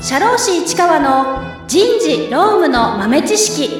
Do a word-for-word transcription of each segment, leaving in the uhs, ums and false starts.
社労士市川の人事労務の豆知識。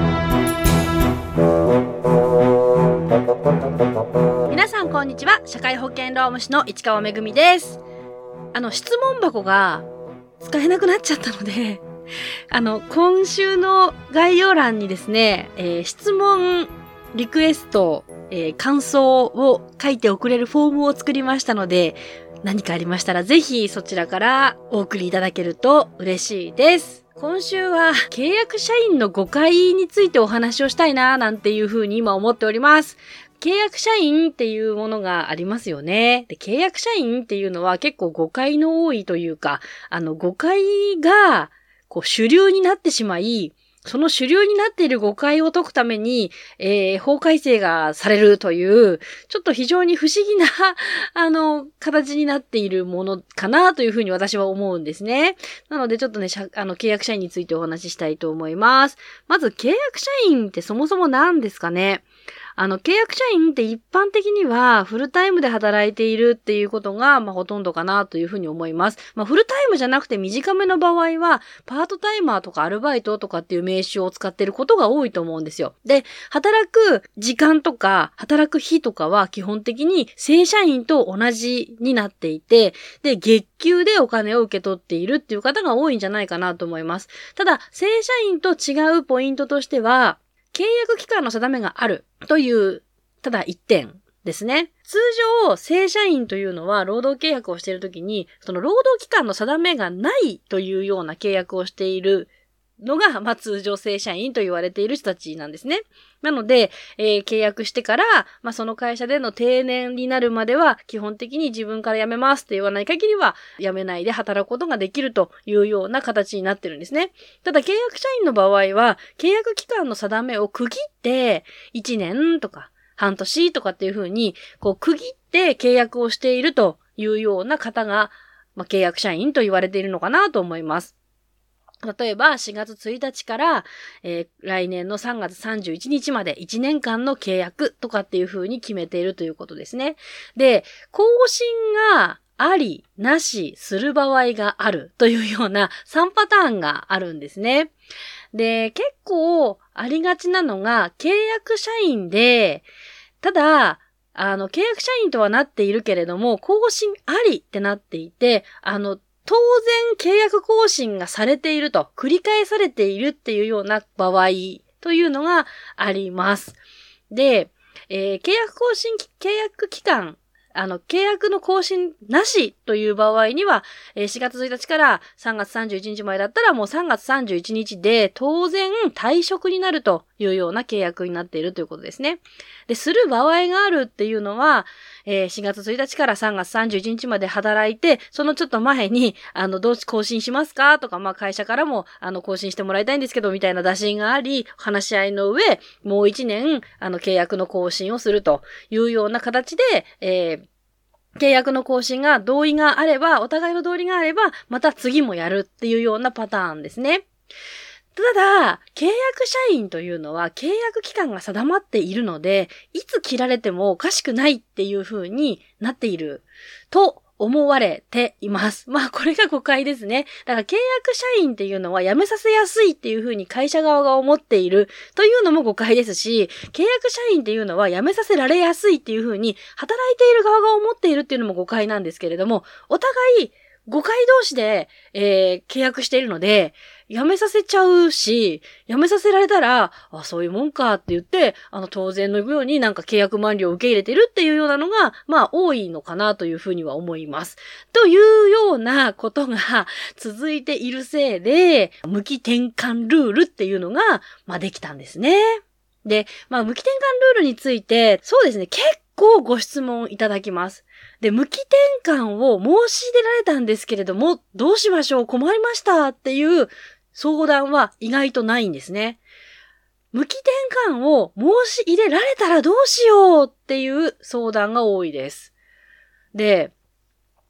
皆さんこんにちは。社会保険労務士の市川めぐみです。あの質問箱が使えなくなっちゃったのであの今週の概要欄にですね、えー、質問リクエスト、えー、感想を書いて送れるフォームを作りましたので、何かありましたらぜひそちらからお送りいただけると嬉しいです。今週は契約社員の誤解についてお話をしたいななんていうふうに今思っております。契約社員っていうものがありますよね。で、契約社員っていうのは結構誤解の多いというか、あの誤解がこう主流になってしまい、その主流になっている誤解を解くために、えー、法改正がされるという、ちょっと非常に不思議な、あの、形になっているものかなというふうに私は思うんですね。なのでちょっとね、あの、契約社員についてお話ししたいと思います。まず、契約社員ってそもそも何ですかね。あの、契約社員って一般的にはフルタイムで働いているっていうことが、まあ、ほとんどかなというふうに思います。まあ、フルタイムじゃなくて短めの場合は、パートタイマーとかアルバイトとかっていう名詞を使っていることが多いと思うんですよ。で、働く時間とか、働く日とかは基本的に正社員と同じになっていて、で、月給でお金を受け取っているっていう方が多いんじゃないかなと思います。ただ、正社員と違うポイントとしては、契約期間の定めがあるという、ただ一点ですね。通常、正社員というのは労働契約をしているときに、その労働期間の定めがないというような契約をしているのが、まあ通常正社員と言われている人たちなんですね。なので、えー、契約してから、まあその会社での定年になるまでは、基本的に自分から辞めますって言わない限りは、辞めないで働くことができるというような形になってるんですね。ただ契約社員の場合は、契約期間の定めを区切って、いちねんとか半年とかっていう風に、こう区切って契約をしているというような方が、まあ契約社員と言われているのかなと思います。例えばしがつついたちから、えー、来年のさんがつさんじゅういちにちまでいちねんかんの契約とかっていう風に決めているということですね。で、更新があり、なし、する場合があるというようなさんパターンがあるんですね。で、結構ありがちなのが契約社員で、ただ、あの、契約社員とはなっているけれども、更新ありってなっていて、あの、当然契約更新がされていると、繰り返されているっていうような場合というのがあります。で、えー、契約更新、契約期間、あの、契約の更新なしという場合には、しがつついたちからさんがつさんじゅういちにちまでだったらもうさんがつさんじゅういちにちで当然退職になるというような契約になっているということですね。で、する場合があるっていうのは、しがつついたちからさんがつさんじゅういちにちまで働いて、そのちょっと前に、あの、どう更新しますかとか、まあ会社からも、あの、更新してもらいたいんですけど、みたいな打診があり、話し合いの上、もういちねん、あの、契約の更新をするというような形で、えー契約の更新が同意があれば、お互いの同意があれば、また次もやるっていうようなパターンですね。ただ、契約社員というのは契約期間が定まっているので、いつ切られてもおかしくないっていう風になっていると思われています。まあこれが誤解ですね。だから契約社員っていうのは辞めさせやすいっていう風に会社側が思っているというのも誤解ですし、契約社員っていうのは辞めさせられやすいっていう風に働いている側が思っているっていうのも誤解なんですけれども、お互い誤解同士で、えー、契約しているので、辞めさせちゃうし、辞めさせられたら、あ、そういうもんかって言って、あの、当然のようになんか契約満了を受け入れてるっていうようなのが、まあ、多いのかなというふうには思います。というようなことが続いているせいで、無期転換ルールっていうのが、まあ、できたんですね。で、まあ、無期転換ルールについて、そうですね、結構ご質問いただきます。で、無期転換を申し入れられたんですけれども、どうしましょう、困りましたっていう相談は意外とないんですね。無期転換を申し入れられたらどうしようっていう相談が多いです。で、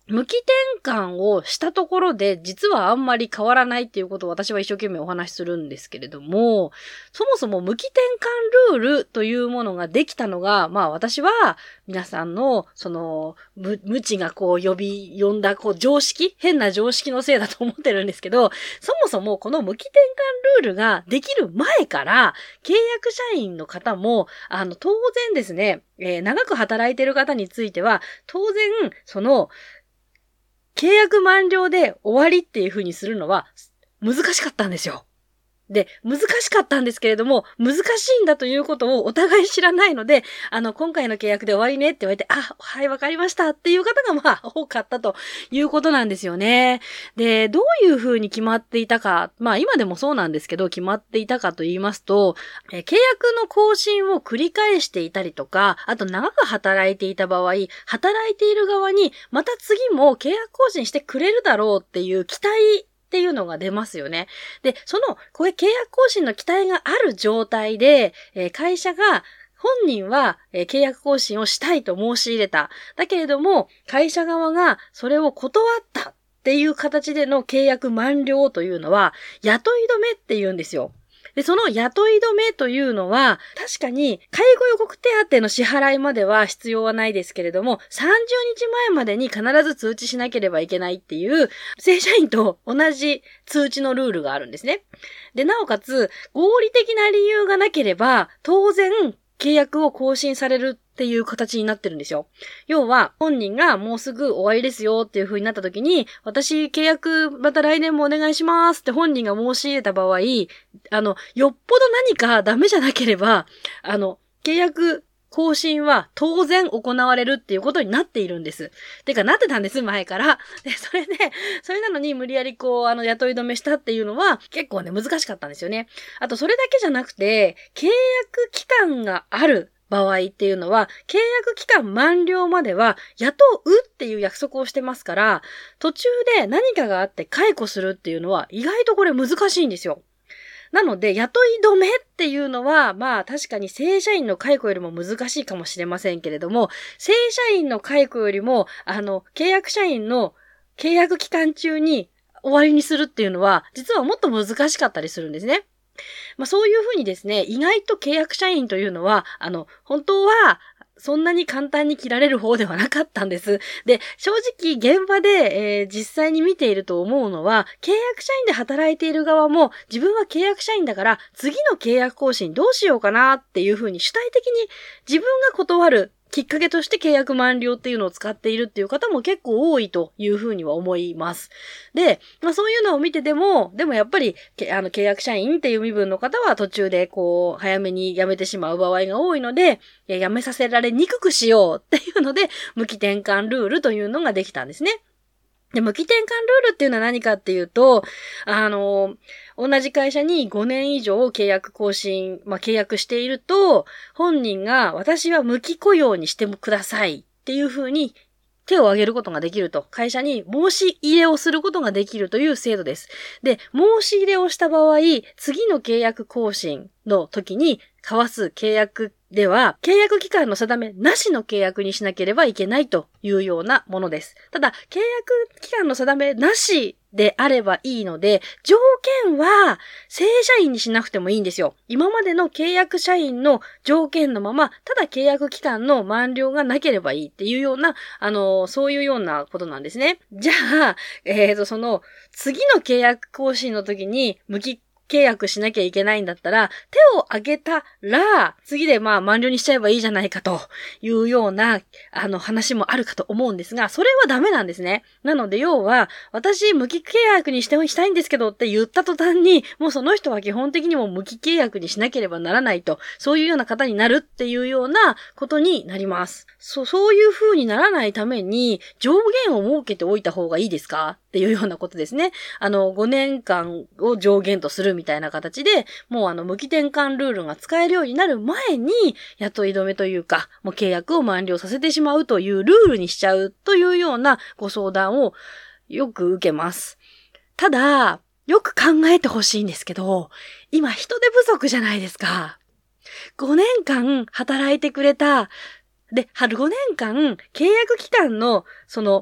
無期転換をしたところで実はあんまり変わらないっていうことを私は一生懸命お話しするんですけれども、そもそも無期転換ルールというものができたのが、まあ私は皆さんのその無、無知がこう呼び、呼んだこう常識、変な常識のせいだと思ってるんですけど、そもそもこの無期転換ルールができる前から契約社員の方も、あの当然ですね、えー、長く働いている方については、当然その契約満了で終わりっていう風にするのは難しかったんですよ。で、難しかったんですけれども、難しいんだということをお互い知らないので、あの、今回の契約で終わりねって言われて、あ、はい、わかりましたっていう方がまあ多かったということなんですよね。で、どういう風に決まっていたか、まあ今でもそうなんですけど、決まっていたかと言いますと、え契約の更新を繰り返していたりとか、あと長く働いていた場合、働いている側にまた次も契約更新してくれるだろうっていう期待っていうのが出ますよね。で、その、これ契約更新の期待がある状態で、えー、会社が、本人は、えー、契約更新をしたいと申し入れた。だけれども、会社側がそれを断ったっていう形での契約満了というのは、雇い止めって言うんですよ。で、その雇い止めというのは、確かに介護予告手当の支払いまでは必要はないですけれども、さんじゅうにちまえまでに必ず通知しなければいけないっていう、正社員と同じ通知のルールがあるんですね。で、なおかつ、合理的な理由がなければ、当然、契約を更新されるっていう形になってるんですよ。要は、本人がもうすぐ終わりですよっていう風になった時に、私契約また来年もお願いしますって本人が申し入れた場合、あの、よっぽど何かダメじゃなければ、あの、契約更新は当然行われるっていうことになっているんです。てか、なってたんです、前から。で、それで、それなのに無理やりこう、あの、雇い止めしたっていうのは結構ね、難しかったんですよね。あと、それだけじゃなくて、契約期間がある場合っていうのは、契約期間満了までは雇うっていう約束をしてますから、途中で何かがあって解雇するっていうのは意外とこれ難しいんですよ。なので、雇い止めっていうのは、まあ確かに正社員の解雇よりも難しいかもしれませんけれども、正社員の解雇よりも、あの、契約社員の契約期間中に終わりにするっていうのは、実はもっと難しかったりするんですね。まあそういうふうにですね、意外と契約社員というのは、あの、本当は、そんなに簡単に切られる方ではなかったんです。で、正直現場で、えー、実際に見ていると思うのは、契約社員で働いている側も、自分は契約社員だから、次の契約更新どうしようかなっていうふうに主体的に自分が断るきっかけとして契約満了っていうのを使っているっていう方も結構多いというふうには思います。で、まあそういうのを見てでも、でもやっぱり、あの契約社員っていう身分の方は途中でこう、早めに辞めてしまう場合が多いので、いや辞めさせられにくくしようっていうので、無期転換ルールというのができたんですね。で、無期転換ルールっていうのは何かっていうと、あの、同じ会社にごねん以上契約更新、まあ、契約していると、本人が私は無期雇用にしてくださいっていうふうに手を挙げることができると、会社に申し入れをすることができるという制度です。で、申し入れをした場合、次の契約更新の時に交わす契約では、契約期間の定めなしの契約にしなければいけないというようなものです。ただ、契約期間の定めなしであればいいので、条件は正社員にしなくてもいいんですよ。今までの契約社員の条件のまま、ただ契約期間の満了がなければいいっていうような、あの、そういうようなことなんですね。じゃあ、えーと、その、次の契約更新の時に無期契約しなきゃいけないんだったら、手を挙げたら、次でまあ満了にしちゃえばいいじゃないかというような、あの話もあるかと思うんですが、それはダメなんですね。なので要は、私無期契約にしてしたいんですけどって言った途端に、もうその人は基本的にも無期契約にしなければならないと、そういうような方になるっていうようなことになります。そう、そういう風にならないために、上限を設けておいた方がいいですかっていうようなことですね。あの、ごねんかんを上限とするみたいな形で、もうあの、無期転換ルールが使えるようになる前に、雇い止めというか、もう契約を満了させてしまうというルールにしちゃうというようなご相談をよく受けます。ただ、よく考えてほしいんですけど、今人手不足じゃないですか。ごねんかん働いてくれた、で、春ごねんかん契約期間の、その、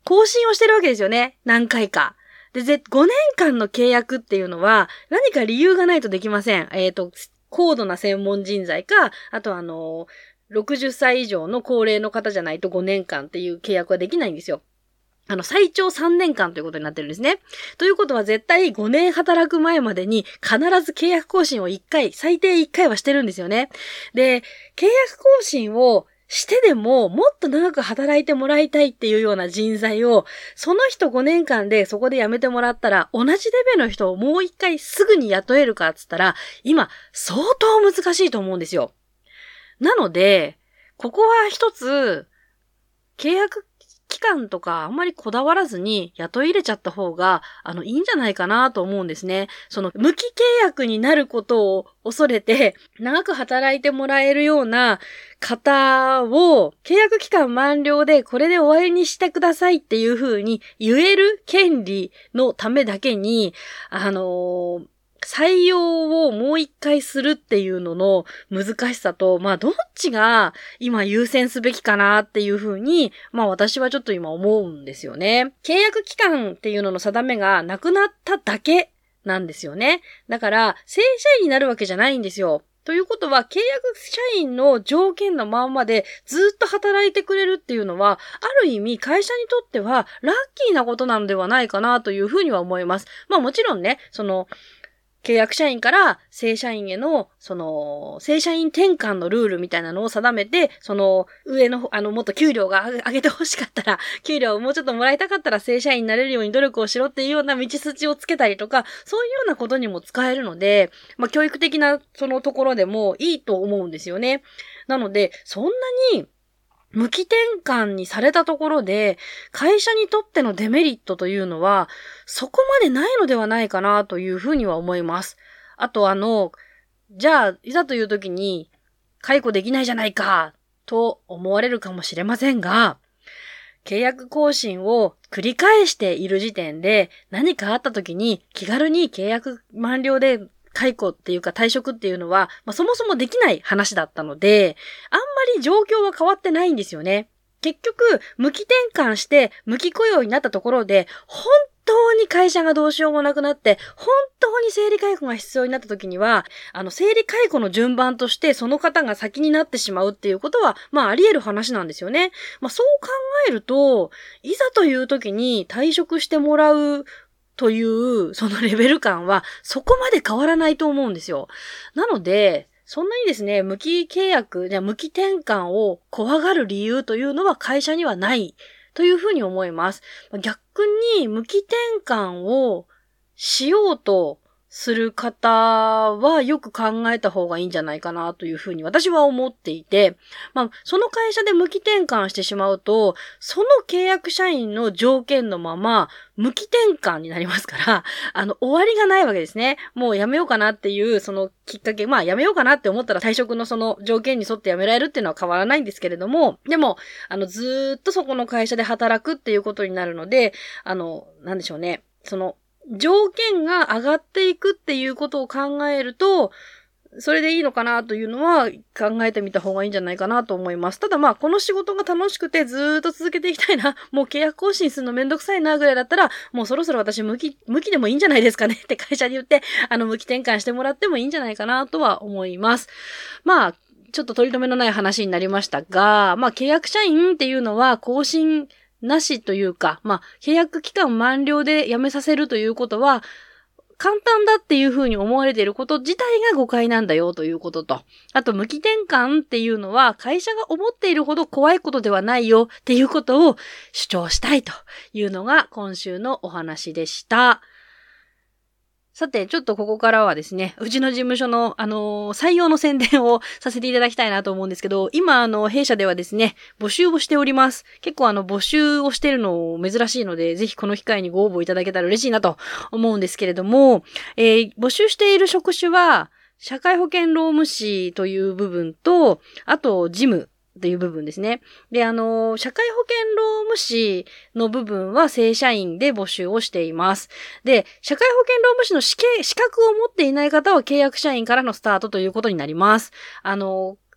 更新をしてるわけですよね。何回か。で、ごねんかんの契約っていうのは、何か理由がないとできません。えっと、高度な専門人材か、あとあの、ろくじゅっさい以上の高齢の方じゃないとごねんかんっていう契約はできないんですよ。あの、最長さんねんかんということになってるんですね。ということは絶対ごねん働く前までに必ず契約更新をいっかい、最低いっかいはしてるんですよね。で、契約更新をしてでももっと長く働いてもらいたいっていうような人材を、その人ごねんかんでそこで辞めてもらったら、同じレベルの人をもういっかいすぐに雇えるかっつったら、今相当難しいと思うんですよ。なので、ここは一つ、契約期間とかあんまりこだわらずに雇い入れちゃった方が、あの、いいんじゃないかなと思うんですね。その、無期契約になることを恐れて、長く働いてもらえるような方を、契約期間満了でこれで終わりにしてくださいっていう風に言える権利のためだけに、あのー、採用をもう一回するっていうのの難しさと、まあどっちが今優先すべきかなっていうふうに、まあ私はちょっと今思うんですよね。契約期間っていうのの定めがなくなっただけなんですよね。だから正社員になるわけじゃないんですよ。ということは、契約社員の条件のまんまでずっと働いてくれるっていうのは、ある意味会社にとってはラッキーなことなのではないかなというふうには思います。まあもちろんね、その、契約社員から正社員への、その、正社員転換のルールみたいなのを定めて、その、上の、あの、もっと給料が上げてほしかったら、給料をもうちょっともらいたかったら正社員になれるように努力をしろっていうような道筋をつけたりとか、そういうようなことにも使えるので、まあ、教育的なそのところでもいいと思うんですよね。なので、そんなに、無期転換にされたところで、会社にとってのデメリットというのは、そこまでないのではないかなというふうには思います。あとあの、じゃあ、いざという時に、解雇できないじゃないか、と思われるかもしれませんが、契約更新を繰り返している時点で、何かあった時に気軽に契約満了で解雇っていうか退職っていうのは、まあ、そもそもできない話だったので、あんまり状況は変わってないんですよね。結局、無期転換して無期雇用になったところで、本当に会社がどうしようもなくなって、本当に生理解雇が必要になった時には、あの、生理解雇の順番としてその方が先になってしまうっていうことは、まあ、あり得る話なんですよね。まあ、そう考えると、いざという時に退職してもらうという、そのレベル感は、そこまで変わらないと思うんですよ。なので、そんなにですね、無期契約、じゃ無期転換を怖がる理由というのは会社にはないというふうに思います。逆に無期転換をしようとする方はよく考えた方がいいんじゃないかなというふうに私は思っていて、まあ、その会社で無期転換してしまうと、その契約社員の条件のまま無期転換になりますから、あの、終わりがないわけですね。もう辞めようかなっていう、そのきっかけ、まあ辞めようかなって思ったら退職のその条件に沿って辞められるっていうのは変わらないんですけれども、でも、あの、ずーっとそこの会社で働くっていうことになるので、あの、なんでしょうね、その、条件が上がっていくっていうことを考えると、それでいいのかなというのは考えてみた方がいいんじゃないかなと思います。ただまあ、この仕事が楽しくてずーっと続けていきたいな、もう契約更新するのめんどくさいなぐらいだったら、もうそろそろ私無期、無期でもいいんじゃないですかねって会社に言って、あの無期転換してもらってもいいんじゃないかなとは思います。まあ、ちょっと取り留めのない話になりましたが、まあ契約社員っていうのは更新なしというか、まあ、契約期間満了で辞めさせるということは、簡単だっていうふうに思われていること自体が誤解なんだよということと、あと無期転換っていうのは会社が思っているほど怖いことではないよっていうことを主張したいというのが今週のお話でした。さて、ちょっとここからはですね、うちの事務所の、あのー、採用の宣伝をさせていただきたいなと思うんですけど、今、あの、弊社ではですね、募集をしております。結構あの、募集をしているの珍しいので、ぜひこの機会にご応募いただけたら嬉しいなと思うんですけれども、えー、募集している職種は、社会保険労務士という部分と、あと、事務。という部分ですね。で、あの、社会保険労務士の部分は正社員で募集をしています。で、社会保険労務士の資格、資格を持っていない方は契約社員からのスタートということになります。あの、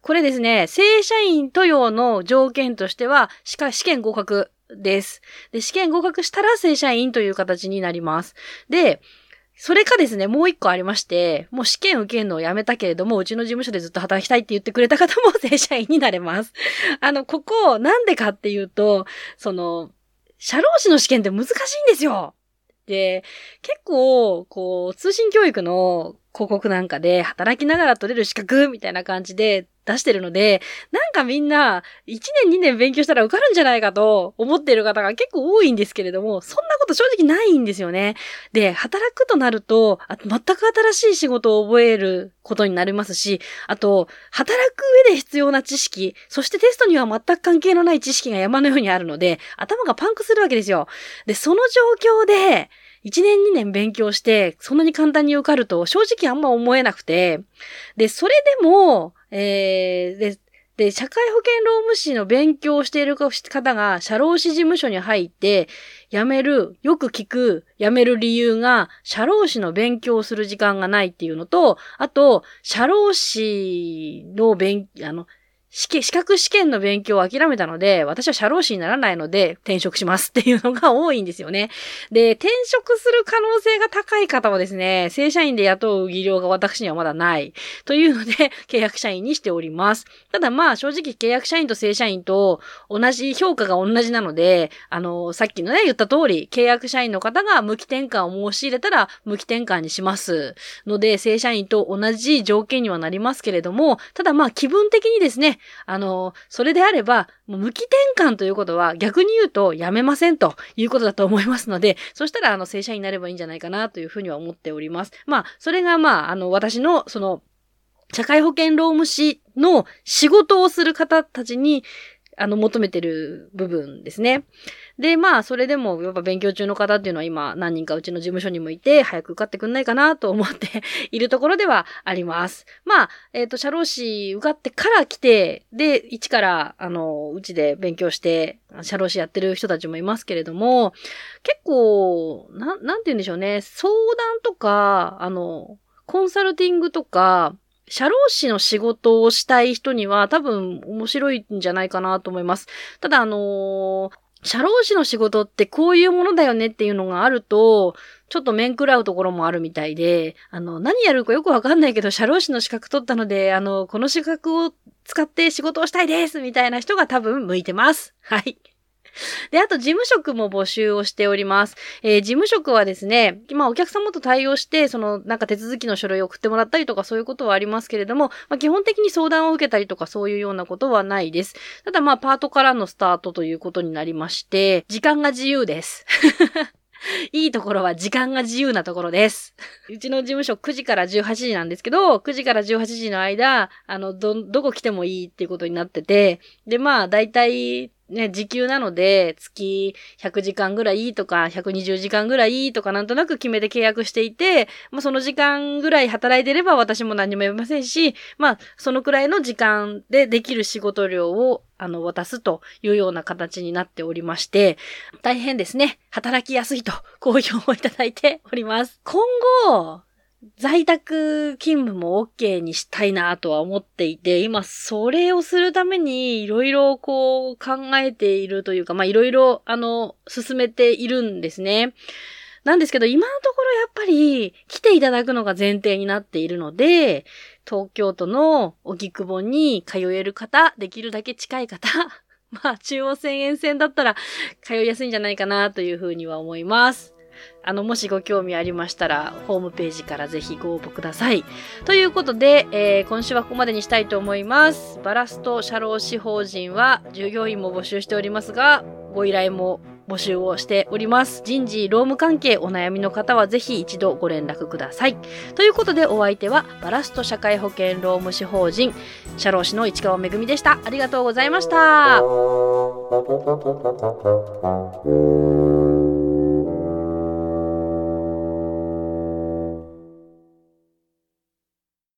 これですね、正社員登用の条件としては、しか試験合格です。で、試験合格したら正社員という形になります。で、それかですね、もう一個ありまして、もう試験受けるのをやめたけれども、うちの事務所でずっと働きたいって言ってくれた方も正社員になれます。あの、ここ、なんでかっていうと、その、社労士の試験って難しいんですよ。で、結構、こう、通信教育の広告なんかで働きながら取れる資格みたいな感じで出してるので、なんかみんないちねんにねん勉強したら受かるんじゃないかと思っている方が結構多いんですけれども、そんなこと正直ないんですよね。で、働くとなると、あ全く新しい仕事を覚えることになりますし、あと、働く上で必要な知識、そしてテストには全く関係のない知識が山のようにあるので、頭がパンクするわけですよ。で、その状況で、いちねんにねん勉強して、そんなに簡単に受かると正直あんま思えなくて、で、それでも、えー、で、で、社会保険労務士の勉強をしている方が社労士事務所に入って辞める、よく聞く辞める理由が社労士の勉強をする時間がないっていうのと、あと、社労士の勉、あの、試験、資格試験の勉強を諦めたので、私は社労士にならないので転職しますっていうのが多いんですよね。で、転職する可能性が高い方はですね、正社員で雇う技量が私にはまだないというので、契約社員にしております。ただまあ正直契約社員と正社員と同じ評価が同じなので、あの、さっきのね、言った通り、契約社員の方が無期転換を申し入れたら無期転換にしますので、正社員と同じ条件にはなりますけれども、ただまあ気分的にですね、あの、それであれば、もう無期転換ということは逆に言うとやめませんということだと思いますので、そしたらあの正社員になればいいんじゃないかなというふうには思っております。まあ、それがまあ、あの、私のその、社会保険労務士の仕事をする方たちに、あの、求めてる部分ですね。で、まあ、それでも、やっぱ勉強中の方っていうのは今、何人かうちの事務所にもいて、早く受かってくんないかなと思っているところではあります。まあ、えっと、社労士受かってから来て、で、一から、あの、うちで勉強して、社労士やってる人たちもいますけれども、結構、な、なんて言うんでしょうね、相談とか、あの、コンサルティングとか、社労士の仕事をしたい人には多分面白いんじゃないかなと思います。ただあのー、社労士の仕事ってこういうものだよねっていうのがあると、ちょっと面食らうところもあるみたいで、あの、何やるかよくわかんないけど、社労士の資格取ったので、あの、この資格を使って仕事をしたいですみたいな人が多分向いてます。はい。で、あと事務職も募集をしております。えー、事務職はですね、今お客様と対応して、そのなんか手続きの書類を送ってもらったりとかそういうことはありますけれども、まあ、基本的に相談を受けたりとかそういうようなことはないです。ただまあパートからのスタートということになりまして、時間が自由です。いいところは時間が自由なところです。うちの事務所くじからじゅうはちじなんですけど、くじからじゅうはちじの間、あの、ど、どこ来てもいいっていうことになってて、でまあ大体、ね、時給なので、月ひゃくじかんぐらいとか、ひゃくにじゅうじかんぐらいとかなんとなく決めて契約していて、まあその時間ぐらい働いてれば私も何もやりませんし、まあそのくらいの時間でできる仕事量をあの渡すというような形になっておりまして、大変ですね。働きやすいと好評をいただいております。今後、在宅勤務も OK にしたいなとは思っていて、今それをするためにいろいろこう考えているというか、まあいろいろあの進めているんですね。なんですけど今のところやっぱり来ていただくのが前提になっているので、東京都の荻窪に通える方、できるだけ近い方、まあ中央線沿線だったら通いやすいんじゃないかなというふうには思います。あの、もしご興味ありましたら、ホームページからぜひご応募ください。ということで、えー、今週はここまでにしたいと思います。バラスト社労士法人は従業員も募集しておりますが、ご依頼も募集をしております。人事、労務関係お悩みの方はぜひ一度ご連絡ください。ということでお相手はバラスト社会保険労務士法人社労士の市川めぐみでした。ありがとうございました。